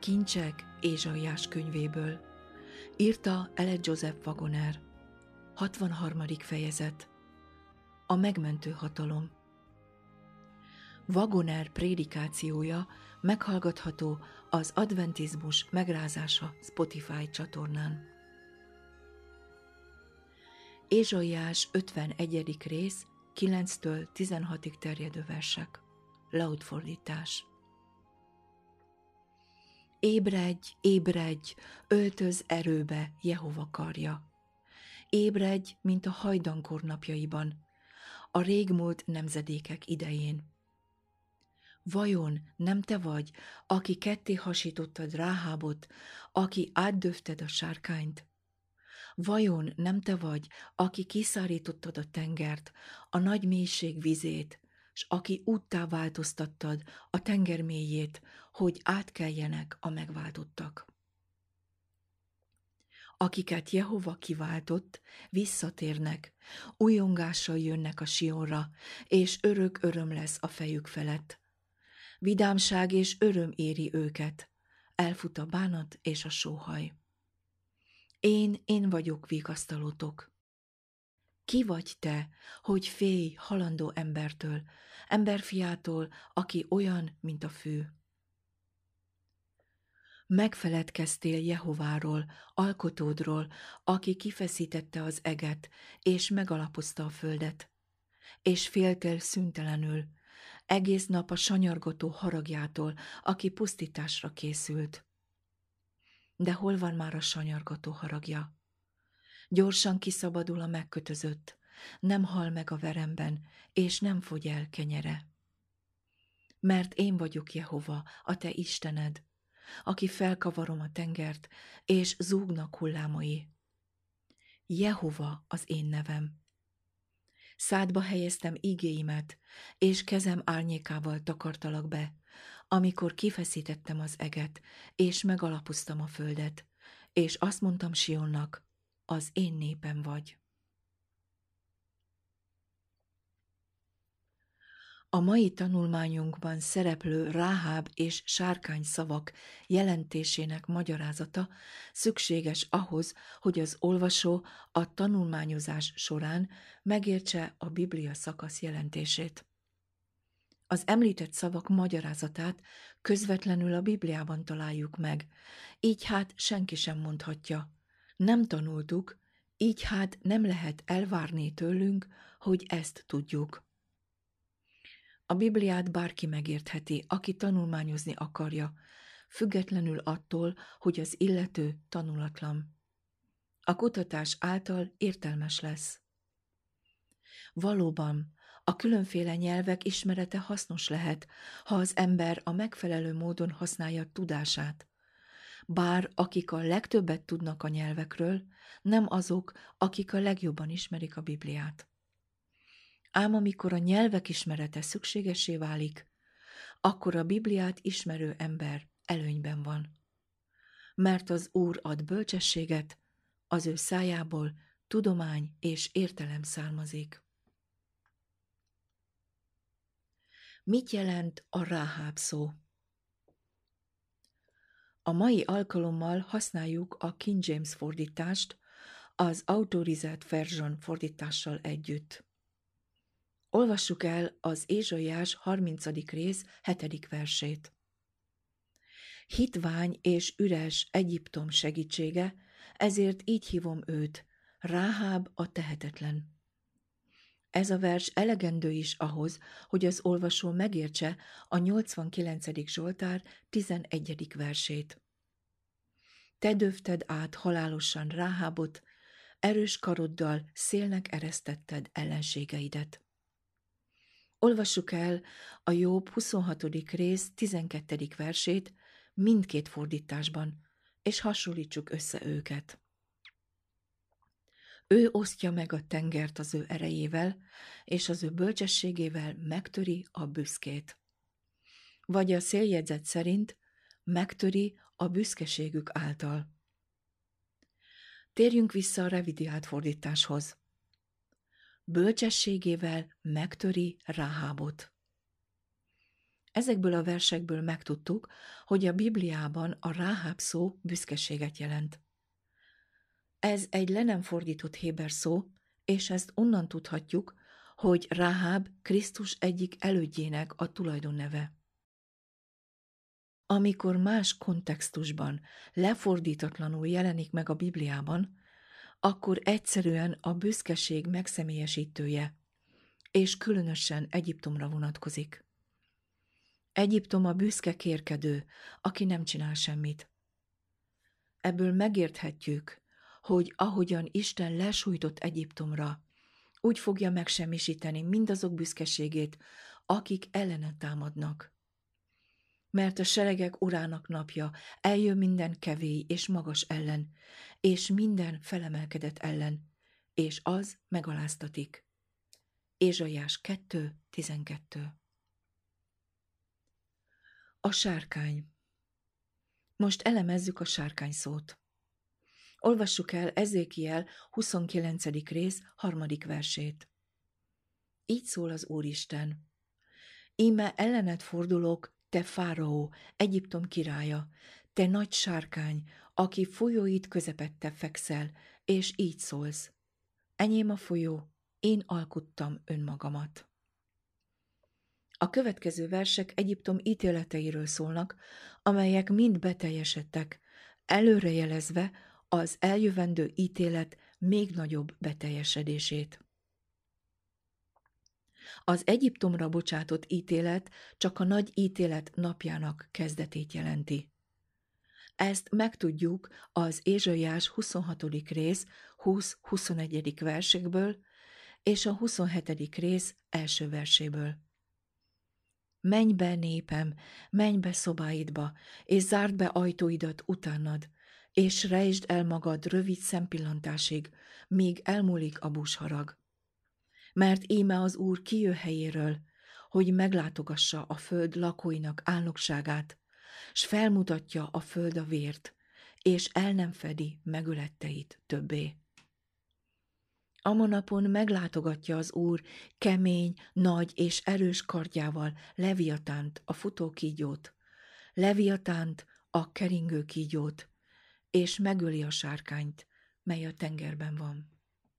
Kincsek Ézsaiás könyvéből. Írta Eled Joseph Wagoner. 63. fejezet. A megmentő hatalom. Wagoner prédikációja meghallgatható az Adventizmus megrázása Spotify csatornán. Ézsaiás 51. rész, 9-től 16-ig terjedő versek. Lautfordítás. Ébredj, ébredj, öltöz erőbe Jehova karja. Ébredj, mint a hajdankor napjaiban, a régmúlt nemzedékek idején. Vajon nem te vagy, aki ketté hasítottad Ráhábot, aki átdöfted a sárkányt? Vajon nem te vagy, aki kiszárítottad a tengert, a nagy mélység vizét, s aki úttá változtattad a tenger mélyét, hogy átkeljenek a megváltottak? Akiket Jehova kiváltott, visszatérnek, újongással jönnek a Sionra, és örök öröm lesz a fejük felett. Vidámság és öröm éri őket, elfut a bánat és a sóhaj. Én vagyok vigasztalótok. Ki vagy te, hogy félj halandó embertől, emberfiától, aki olyan, mint a fű? Megfeledkeztél Jehováról, alkotódról, aki kifeszítette az eget, és megalapozta a földet. És féltél szüntelenül, egész nap a sanyargató haragjától, aki pusztításra készült. De hol van már a sanyargató haragja? Gyorsan kiszabadul a megkötözött, nem hal meg a veremben, és nem fogy el kenyere. Mert én vagyok Jehova, a te Istened, aki felkavarom a tengert, és zúgnak hullámai. Jehova az én nevem. Szádba helyeztem igéimet, és kezem árnyékával takartalak be, amikor kifeszítettem az eget, és megalapoztam a földet, és azt mondtam Sionnak, az én népem vagy. A mai tanulmányunkban szereplő Ráháb és sárkány szavak jelentésének magyarázata szükséges ahhoz, hogy az olvasó a tanulmányozás során megértse a Biblia szakasz jelentését. Az említett szavak magyarázatát közvetlenül a Bibliában találjuk meg, így hát senki sem mondhatja. Nem tanultuk, így hát nem lehet elvárni tőlünk, hogy ezt tudjuk. A Bibliát bárki megértheti, aki tanulmányozni akarja, függetlenül attól, hogy az illető tanulatlan. A kutatás által értelmes lesz. Valóban, a különféle nyelvek ismerete hasznos lehet, ha az ember a megfelelő módon használja tudását. Bár akik a legtöbbet tudnak a nyelvekről, nem azok, akik a legjobban ismerik a Bibliát. Ám amikor a nyelvek ismerete szükségessé válik, akkor a Bibliát ismerő ember előnyben van. Mert az Úr ad bölcsességet, az ő szájából tudomány és értelem származik. Mit jelent a Ráháb szó? A mai alkalommal használjuk a King James fordítást az Authorized Version fordítással együtt. Olvassuk el az Ézsaiás 30. rész 7. versét. Hitvány és üres Egyiptom segítsége, ezért így hívom őt, Ráháb a tehetetlen. Ez a vers elegendő is ahhoz, hogy az olvasó megértse a 89. Zsoltár 11. versét. Te döfted át halálosan Ráhábot, erős karoddal szélnek eresztetted ellenségeidet. Olvassuk el a Jobb 26. rész 12. versét mindkét fordításban, és hasonlítsuk össze őket. Ő osztja meg a tengert az ő erejével, és az ő bölcsességével megtöri a büszkét. Vagy a széljegyzet szerint megtöri a büszkeségük által. Térjünk vissza a revidiált fordításhoz. Bölcsességével megtöri Ráhábot. Ezekből a versekből megtudtuk, hogy a Bibliában a Ráháb szó büszkeséget jelent. Ez egy le nem fordított héber szó, és ezt onnan tudhatjuk, hogy Ráháb Krisztus egyik elődjének a tulajdonneve. Amikor más kontextusban lefordítatlanul jelenik meg a Bibliában, akkor egyszerűen a büszkeség megszemélyesítője, és különösen Egyiptomra vonatkozik. Egyiptom a büszke kérkedő, aki nem csinál semmit. Ebből megérthetjük, hogy ahogyan Isten lesújtott Egyiptomra, úgy fogja megsemmisíteni mindazok büszkeségét, akik ellene támadnak. Mert a seregek urának napja eljön minden kevély és magas ellen, és minden felemelkedett ellen, és az megaláztatik. Ézsaiás 2:12. A sárkány. Most elemezzük a sárkány szót. Olvassuk el Ezékiel 29. rész 3. versét. Így szól az Úristen. Íme ellened fordulok, te fáraó, Egyiptom királya, te nagy sárkány, aki folyóid közepette fekszel, és így szólsz. Enyém a folyó, én alkottam önmagamat. A következő versek Egyiptom ítéleteiről szólnak, amelyek mind beteljesedtek, előrejelezve az eljövendő ítélet még nagyobb beteljesedését. Az Egyiptomra bocsátott ítélet csak a nagy ítélet napjának kezdetét jelenti. Ezt megtudjuk az Ézsaiás 26. rész 20-21. versekből és a 27. rész első verséből. Menj be, népem, menj be szobáidba, és zárd be ajtóidat utánad, és rejtsd el magad rövid szempillantásig, míg elmúlik a búsharag. Mert íme az Úr kijön helyéről, hogy meglátogassa a föld lakóinak álnokságát, s felmutatja a föld a vért, és el nem fedi megöletteit többé. Amanapon meglátogatja az Úr kemény, nagy és erős kardjával Leviatánt, a futókígyót, Leviatánt, a keringő kígyót, és megöli a sárkányt, mely a tengerben van.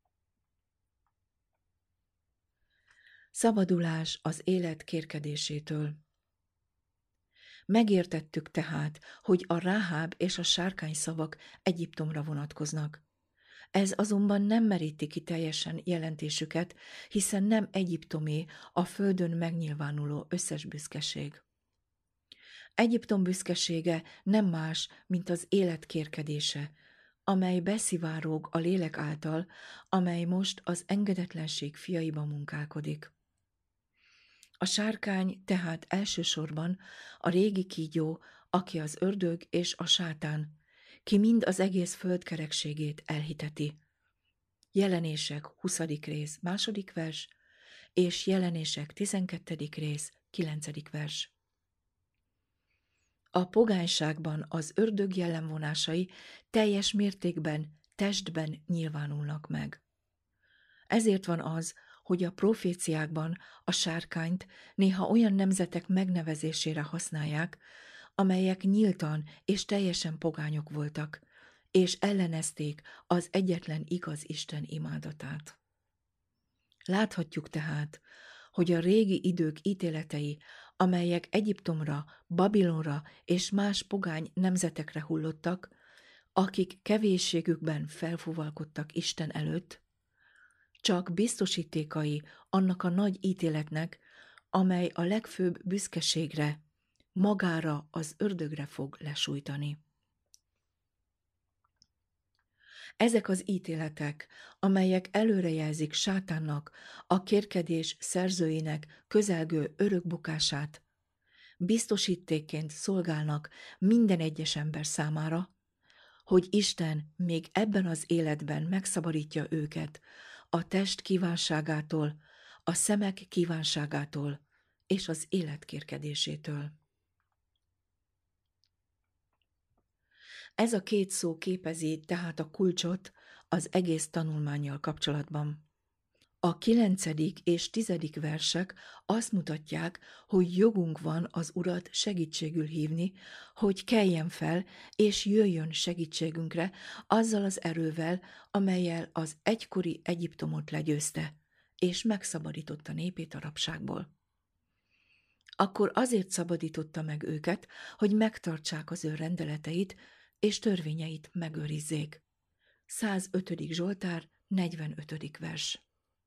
Szabadulás az élet kérkedésétől. Megértettük tehát, hogy a Ráháb és a sárkány szavak Egyiptomra vonatkoznak. Ez azonban nem meríti ki teljesen jelentésüket, hiszen nem egyiptomé a földön megnyilvánuló összes büszkeség. Egyiptom büszkesége nem más, mint az élet kérkedése, amely beszivárog a lélek által, amely most az engedetlenség fiaiban munkálkodik. A sárkány tehát elsősorban a régi kígyó, aki az ördög és a sátán, ki mind az egész földkerekségét elhiteti. Jelenések 20. rész 2. vers, és Jelenések 12. rész 9. vers. A pogányságban az ördög jellemvonásai teljes mértékben, testben nyilvánulnak meg. Ezért van az, hogy a proféciákban a sárkányt néha olyan nemzetek megnevezésére használják, amelyek nyíltan és teljesen pogányok voltak, és ellenezték az egyetlen igaz Isten imádatát. Láthatjuk tehát, hogy a régi idők ítéletei, amelyek Egyiptomra, Babilonra és más pogány nemzetekre hullottak, akik kevésségükben felfúvalkodtak Isten előtt, csak biztosítékai annak a nagy ítéletnek, amely a legfőbb büszkeségre, magára az ördögre fog lesújtani. Ezek az ítéletek, amelyek előrejelzik sátánnak, a kérkedés szerzőinek közelgő örök bukását, biztosítékként szolgálnak minden egyes ember számára, hogy Isten még ebben az életben megszabadítja őket a test kívánságától, a szemek kívánságától és az élet kérkedésétől. Ez a két szó képezi tehát a kulcsot az egész tanulmánnyal kapcsolatban. A 9. és 10. versek azt mutatják, hogy jogunk van az Urat segítségül hívni, hogy keljen fel és jöjjön segítségünkre azzal az erővel, amellyel az egykori Egyiptomot legyőzte, és megszabadította népét a rabságból. Akkor azért szabadította meg őket, hogy megtartsák az ő rendeleteit, és törvényeit megőrizzék. 105. Zsoltár, 45. vers.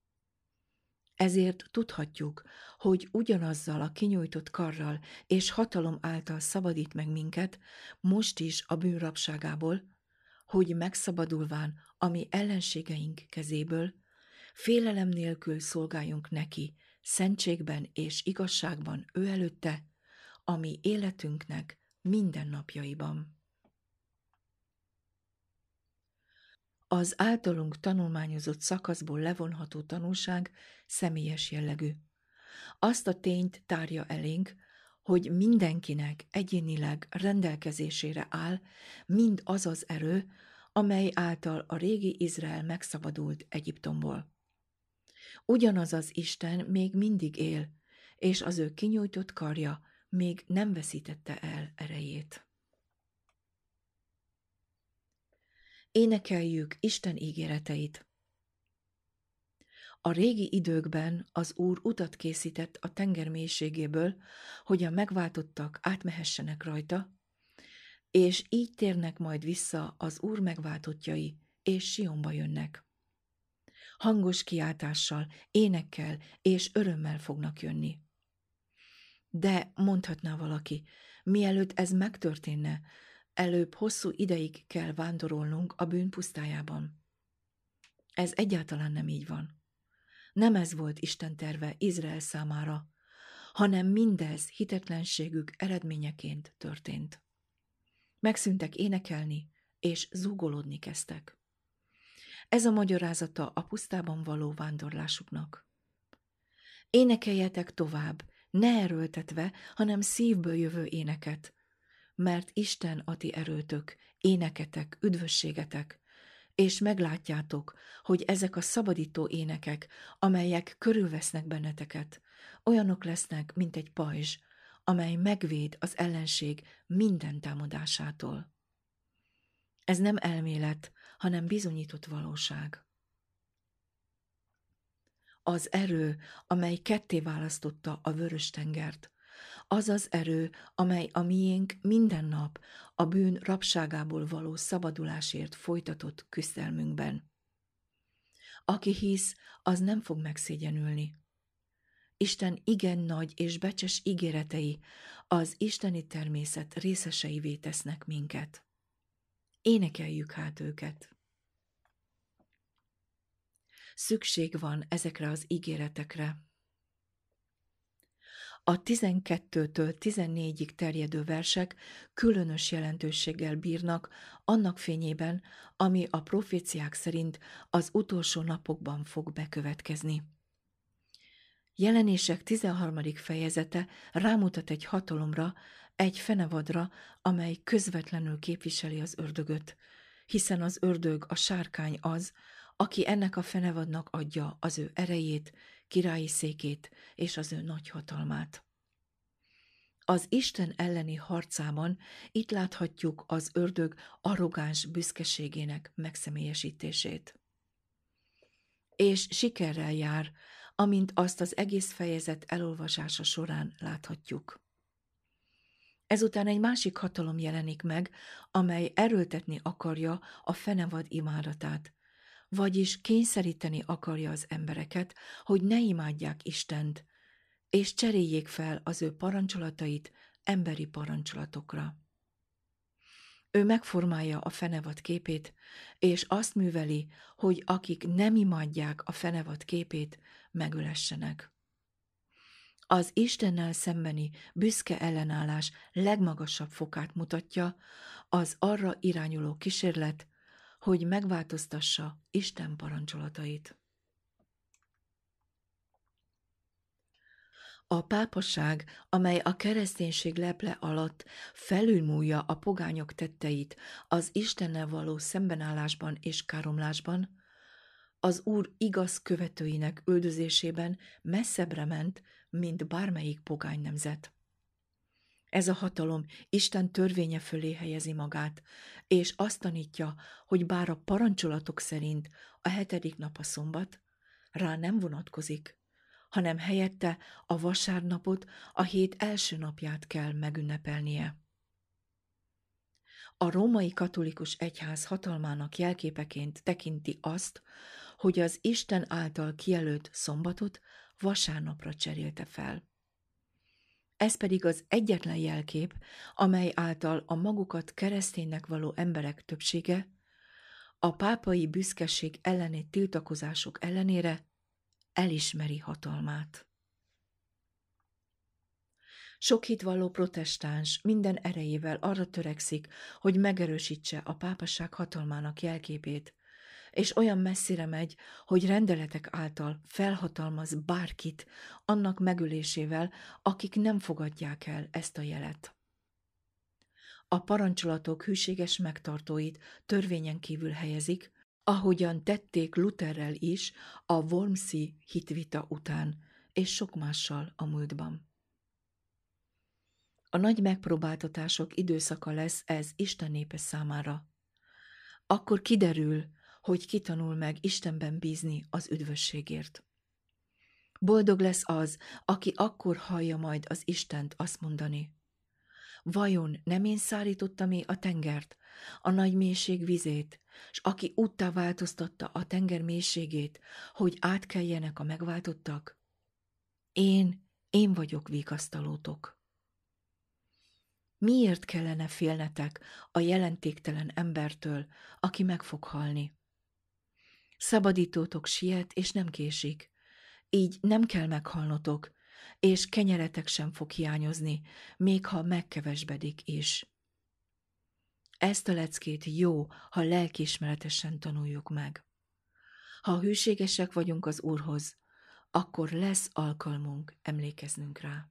Ezért tudhatjuk, hogy ugyanazzal a kinyújtott karral és hatalom által szabadít meg minket, most is a bűn rabságából, hogy megszabadulván a mi ellenségeink kezéből, félelem nélkül szolgáljunk neki, szentségben és igazságban ő előtte, a mi életünknek minden napjaiban. Az általunk tanulmányozott szakaszból levonható tanulság személyes jellegű. Azt a tényt tárja elénk, hogy mindenkinek egyénileg rendelkezésére áll mind az az erő, amely által a régi Izrael megszabadult Egyiptomból. Ugyanaz az Isten még mindig él, és az ő kinyújtott karja még nem veszítette el erejét. Énekeljük Isten ígéreteit. A régi időkben az Úr utat készített a tenger mélységéből, hogy a megváltottak átmehessenek rajta, és így térnek majd vissza az Úr megváltottjai, és Sionba jönnek. Hangos kiáltással, énekkel és örömmel fognak jönni. De mondhatná valaki, mielőtt ez megtörténne, előbb hosszú ideig kell vándorolnunk a bűn pusztájában. Ez egyáltalán nem így van. Nem ez volt Isten terve Izrael számára, hanem mindez hitetlenségük eredményeként történt. Megszűntek énekelni, és zúgolódni kezdtek. Ez a magyarázata a pusztában való vándorlásuknak. Énekeljetek tovább, ne erőltetve, hanem szívből jövő éneket, mert Isten a ti erőtök, éneketek, üdvösségetek, és meglátjátok, hogy ezek a szabadító énekek, amelyek körülvesznek benneteket, olyanok lesznek, mint egy pajzs, amely megvéd az ellenség minden támadásától. Ez nem elmélet, hanem bizonyított valóság. Az erő, amely ketté választotta a Vörös-tengert, az az erő, amely a miénk minden nap a bűn rabságából való szabadulásért folytatott küzdelmünkben. Aki hisz, az nem fog megszégyenülni. Isten igen nagy és becses ígéretei az isteni természet részeseivé tesznek minket. Énekeljük hát őket. Szükség van ezekre az ígéretekre. A 12-től 14-ig terjedő versek különös jelentőséggel bírnak annak fényében, ami a proféciák szerint az utolsó napokban fog bekövetkezni. Jelenések 13. fejezete rámutat egy hatalomra, egy fenevadra, amely közvetlenül képviseli az ördögöt, hiszen az ördög, a sárkány az, aki ennek a fenevadnak adja az ő erejét, királyi székét és az ő nagy hatalmát. Az Isten elleni harcában itt láthatjuk az ördög arrogáns büszkeségének megszemélyesítését. És sikerrel jár, amint azt az egész fejezet elolvasása során láthatjuk. Ezután egy másik hatalom jelenik meg, amely erőltetni akarja a fenevad imádatát, vagyis kényszeríteni akarja az embereket, hogy ne imádják Istent, és cseréljék fel az ő parancsolatait emberi parancsolatokra. Ő megformálja a fenevad képét, és azt műveli, hogy akik nem imádják a fenevad képét, megölessenek. Az Istennel szembeni büszke ellenállás legmagasabb fokát mutatja az arra irányuló kísérlet, hogy megváltoztassa Isten parancsolatait. A pápaság, amely a kereszténység leple alatt felülmúlja a pogányok tetteit az Istennel való szembenállásban és káromlásban, az Úr igaz követőinek üldözésében messzebbre ment, mint bármelyik pogány nemzet. Ez a hatalom Isten törvénye fölé helyezi magát, és azt tanítja, hogy bár a parancsolatok szerint a 7. nap a szombat, rá nem vonatkozik, hanem helyette a vasárnapot, a hét első napját kell megünnepelnie. A római katolikus egyház hatalmának jelképeként tekinti azt, hogy az Isten által kijelölt szombatot vasárnapra cserélte fel. Ez pedig az egyetlen jelkép, amely által a magukat kereszténynek való emberek többsége a pápai büszkeség elleni tiltakozások ellenére elismeri hatalmát. Sok hitvalló protestáns minden erejével arra törekszik, hogy megerősítse a pápaság hatalmának jelképét, és olyan messzire megy, hogy rendeletek által felhatalmaz bárkit annak megölésével, akik nem fogadják el ezt a jelet. A parancsolatok hűséges megtartóit törvényen kívül helyezik, ahogyan tették Lutherrel is a Wormsi hitvita után, és sok mással a múltban. A nagy megpróbáltatások időszaka lesz ez Isten népe számára. Akkor kiderül, hogy ki tanul meg Istenben bízni az üdvösségért. Boldog lesz az, aki akkor hallja majd az Istent azt mondani: vajon nem én szárítottam-e a tengert, a nagy mélység vizét, s aki úttá változtatta a tenger mélységét, hogy átkeljenek a megváltottak? Én vagyok vigasztalótok. Miért kellene félnetek a jelentéktelen embertől, aki meg fog halni? Szabadítótok siet, és nem késik. Így nem kell meghalnotok, és kenyeretek sem fog hiányozni, még ha megkevesbedik is. Ezt a leckét jó, ha lelkiismeretesen tanuljuk meg. Ha hűségesek vagyunk az Úrhoz, akkor lesz alkalmunk emlékeznünk rá.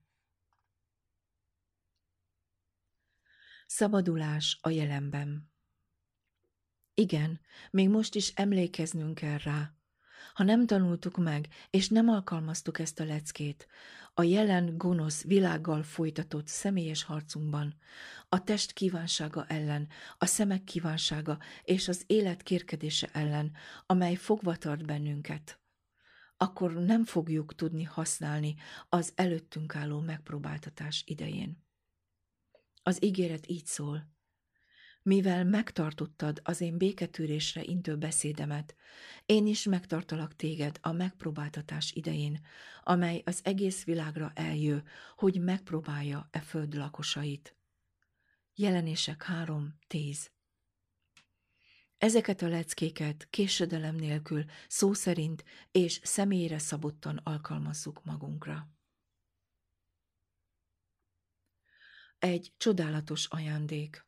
Szabadulás a jelenben. Igen, még most is emlékeznünk kell rá. Ha nem tanultuk meg, és nem alkalmaztuk ezt a leckét, a jelen gonosz világgal folytatott személyes harcunkban, a test kívánsága ellen, a szemek kívánsága és az élet kérkedése ellen, amely fogva tart bennünket, akkor nem fogjuk tudni használni az előttünk álló megpróbáltatás idején. Az ígéret így szól: mivel megtartottad az én béketűrésre intő beszédemet, én is megtartalak téged a megpróbáltatás idején, amely az egész világra eljő, hogy megpróbálja e föld lakosait. Jelenések 3:10. Ezeket a leckéket késedelem nélkül, szó szerint és személyre szabottan alkalmazzuk magunkra. Egy csodálatos ajándék.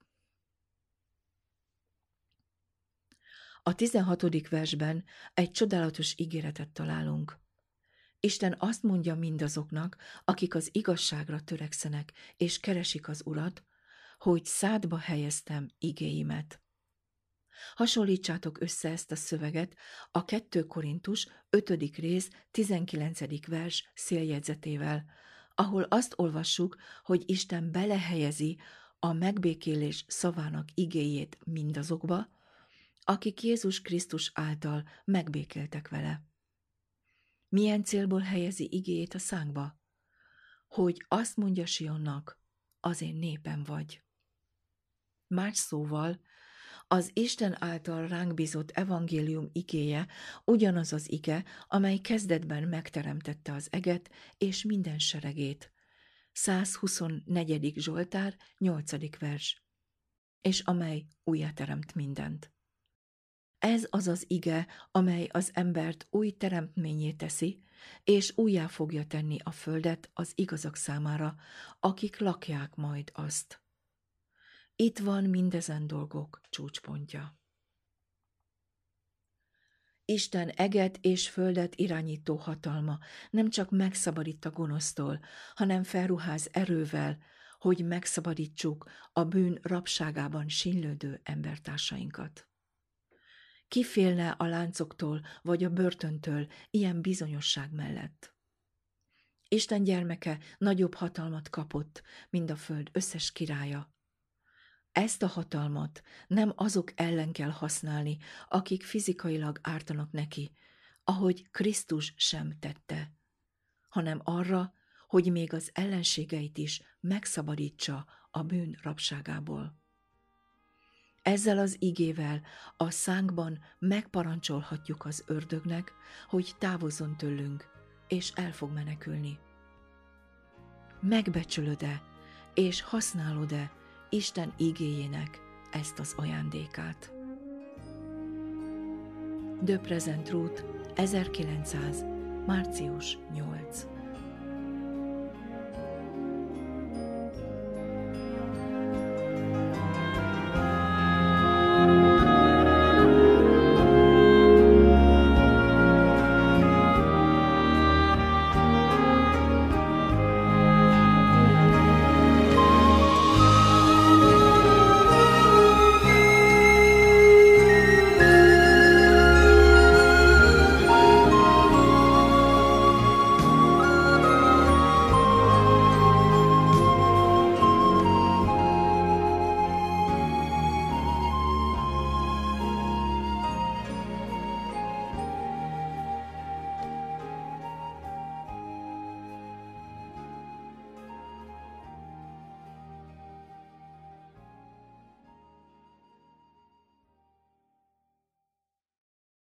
A 16. versben egy csodálatos ígéretet találunk. Isten azt mondja mindazoknak, akik az igazságra törekszenek és keresik az Urat, hogy szádba helyeztem igéimet. Hasonlítsátok össze ezt a szöveget a 2 Korintus 5. rész 19. vers széljegyzetével, ahol azt olvassuk, hogy Isten belehelyezi a megbékélés szavának igéjét mindazokba, akik Jézus Krisztus által megbékéltek vele. Milyen célból helyezi igéjét a szánkba? Hogy azt mondja Sionnak: az én népem vagy. Más szóval, az Isten által ránk bízott evangélium igéje ugyanaz az ige, amely kezdetben megteremtette az eget és minden seregét. 124. Zsoltár, 8. vers. És amely újjáteremt mindent. Ez az az ige, amely az embert új teremtménnyé teszi, és újjá fogja tenni a földet az igazak számára, akik lakják majd azt. Itt van mindezen dolgok csúcspontja. Isten eget és földet irányító hatalma nem csak megszabadít a gonosztól, hanem felruház erővel, hogy megszabadítsuk a bűn rabságában sínylődő embertársainkat. Ki félne a láncoktól vagy a börtöntől ilyen bizonyosság mellett? Isten gyermeke nagyobb hatalmat kapott, mint a föld összes királya. Ezt a hatalmat nem azok ellen kell használni, akik fizikailag ártanak neki, ahogy Krisztus sem tette, hanem arra, hogy még az ellenségeit is megszabadítsa a bűn rabságából. Ezzel az igével a szánkban megparancsolhatjuk az ördögnek, hogy távozzon tőlünk, és el fog menekülni. Megbecsülöd-e és használod-e Isten igéjének ezt az ajándékát? De Present Truth, 1900. március 8.